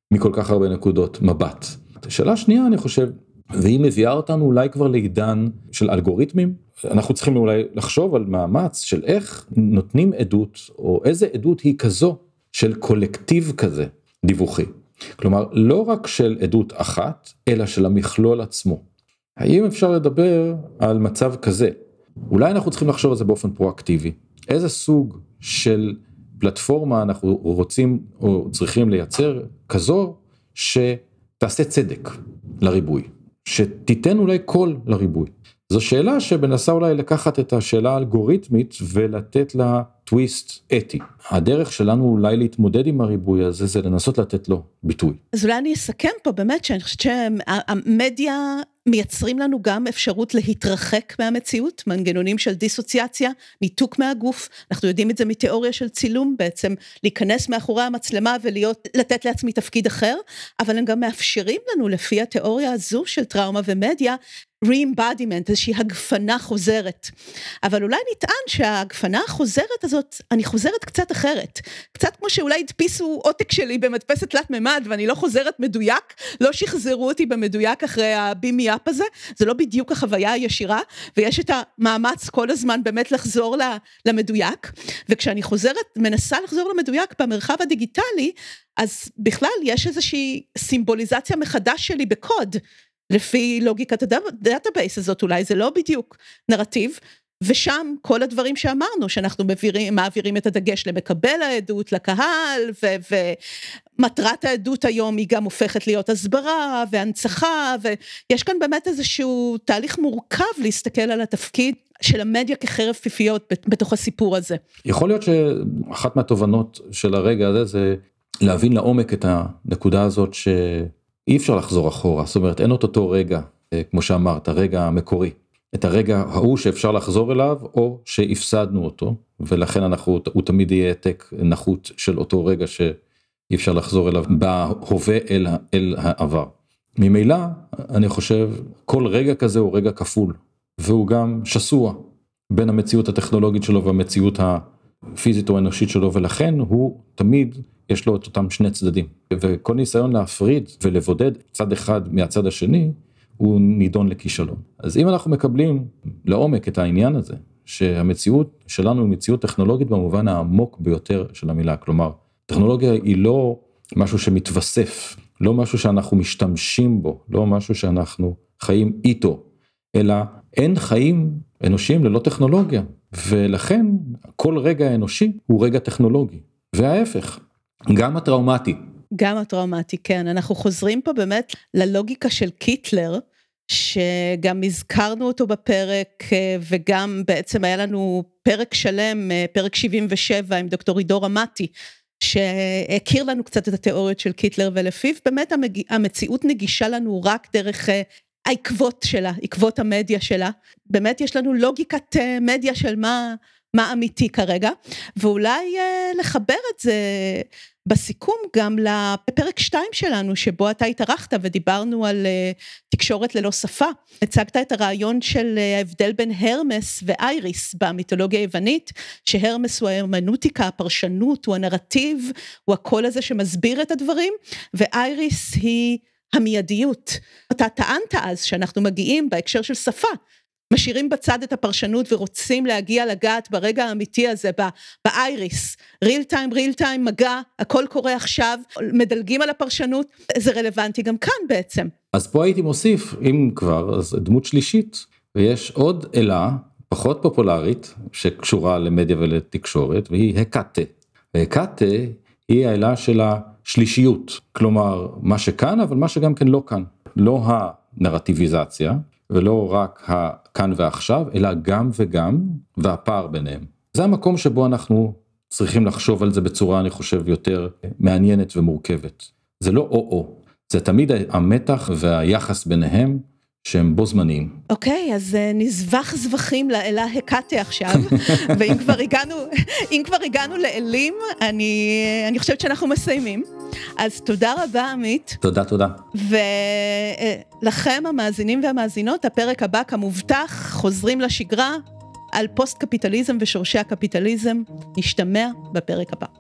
A: מכל כך הרבה נקודות מבט. השאלה השנייה, אני חושב, והיא מביאה אותנו אולי כבר לעידן של אלגוריתמים, אנחנו צריכים אולי לחשוב על מאמץ של איך נותנים עדות, או איזה עדות היא כזו של קולקטיב כזה דיווחי. כלומר, לא רק של עדות אחת, אלא של המכלול עצמו. האם אפשר לדבר על מצב כזה? אולי אנחנו צריכים לחשוב על זה באופן פרואקטיבי. איזה סוג של פלטפורמה אנחנו רוצים או צריכים לייצר כזו שתעשה צדק לריבוי, שתיתן אולי קול לריבוי. זו שאלה שבנסה אולי לקחת את השאלה האלגוריתמית ולתת לה טוויסט אתי. הדרך שלנו אולי להתמודד עם הריבוי הזה זה לנסות לתת לו ביטוי.
C: אז אולי אני אסכם פה באמת שאני חושבת שהמדיה מייצרים לנו גם אפשרות להתרחק מהמציאות, מנגנונים של דיסוציאציה, ניתוק מהגוף, אנחנו יודעים את זה מתיאוריה של צילום, בעצם להיכנס מאחורי המצלמה ולהיות, לתת לעצמי תפקיד אחר, אבל הם גם מאפשרים לנו לפי התיאוריה הזו של טראומה ומדיה, re-embodiment, איזושהי הגפנה חוזרת. אבל אולי נטען שההגפנה החוזרת הזאת, אני חוזרת קצת אחרת. קצת כמו שאולי הדפיסו עותק שלי במדפסת תלת ממד, ואני לא חוזרת מדויק, לא שחזרו אותי במדויק אחרי הבימי-אפ הזה, זה לא בדיוק החוויה הישירה, ויש את המאמץ כל הזמן באמת לחזור למדויק, וכשאני חוזרת, מנסה לחזור למדויק במרחב הדיגיטלי, אז בכלל יש איזושהי סימבוליזציה מחדש שלי בקוד, לפי לוגיקת הדאטאבייס הזאת, אולי זה לא בדיוק נרטיב, ושם כל הדברים שאמרנו, שאנחנו מעבירים, מעבירים את הדגש למקבל העדות, לקהל, ו- ומטרת העדות היום היא גם הופכת להיות הסברה והנצחה, ויש כאן באמת איזשהו תהליך מורכב להסתכל על התפקיד של המדיה כחרב פיפיות בתוך הסיפור הזה.
A: יכול להיות שאחת מהתובנות של הרגע הזה זה להבין לעומק את הנקודה הזאת ש... אי אפשר לחזור אחורה, זאת אומרת, אין את אותו רגע, כמו שאמרת, הרגע המקורי, את הרגע ההוא שאפשר לחזור אליו, או שהפסדנו אותו, ולכן אנחנו, הוא תמיד יהיה העתק נחות של אותו רגע שאי אפשר לחזור אליו, בהווה אל, אל העבר. ממילא, אני חושב, כל רגע כזה הוא רגע כפול, והוא גם שסוע בין המציאות הטכנולוגית שלו והמציאות הפיזית או האנושית שלו, ולכן הוא תמיד יש לו את אותם שני צדדים, וכל ניסיון להפריד ולבודד צד אחד מהצד השני, הוא נידון לכישלון. אז אם אנחנו מקבלים לעומק את העניין הזה, שהמציאות שלנו היא מציאות טכנולוגית במובן העמוק ביותר של המילה, כלומר, טכנולוגיה היא לא משהו שמתווסף, לא משהו שאנחנו משתמשים בו, לא משהו שאנחנו חיים איתו, אלא אין חיים אנושיים ללא טכנולוגיה, ולכן כל רגע אנושי הוא רגע טכנולוגי, וההפך. גם הטראומטי.
C: גם הטראומטי, כן. אנחנו חוזרים פה באמת ללוגיקה של קיטלר, שגם הזכרנו אותו בפרק, וגם בעצם היה לנו פרק שלם, פרק שבעים ושבע עם דוקטור עידו רמתי, שהכיר לנו קצת את התיאוריות של קיטלר, ולפיו באמת המציאות נגישה לנו רק דרך העקבות שלה, עקבות המדיה שלה. באמת יש לנו לוגיקת מדיה של מה... מה אמיתי כרגע, ואולי אה, לחבר את זה בסיכום גם לפרק שתיים שלנו, שבו אתה התארחת ודיברנו על אה, תקשורת ללא שפה, הצגת את הרעיון של ההבדל בין הרמס ואייריס במיתולוגיה היוונית, שהרמס הוא ההרמנוטיקה, הפרשנות, הוא הנרטיב, הוא הקול הזה שמסביר את הדברים, ואייריס היא המיידיות. אתה טענת אז שאנחנו מגיעים בהקשר של שפה, משאירים בצד את הפרשנות ורוצים להגיע לגעת ברגע האמיתי הזה, באייריס, ריל טיים, ריל טיים, מגע, הכל קורה עכשיו, מדלגים על הפרשנות, זה רלוונטי גם כאן בעצם.
A: אז פה הייתי מוסיף, אם כבר, אז דמות שלישית, ויש עוד אלה פחות פופולרית, שקשורה למדיה ולתקשורת, והיא הקאטה. והקאטה היא האלה של השלישיות, כלומר, מה שכאן, אבל מה שגם כן לא כאן. לא הנרטיביזציה, ולא רק הכאן ועכשיו, אלא גם וגם, והפער ביניהם. זה המקום שבו אנחנו צריכים לחשוב על זה בצורה, אני חושב, יותר מעניינת ומורכבת. זה לא או-או, זה תמיד המתח והיחס ביניהם, שהם בו זמניים.
C: אוקיי, אז נזבח זבחים לאלה הקאטה עכשיו, ואם כבר הגענו, אם כבר הגענו לאלים, אני, אני חושבת שאנחנו מסיימים. אז תודה רבה, עמית.
A: תודה, תודה.
C: ולכם המאזינים והמאזינות, הפרק הבא כמובטח, חוזרים לשגרה על פוסט קפיטליזם ושורשי הקפיטליזם, נשתמע בפרק הבא.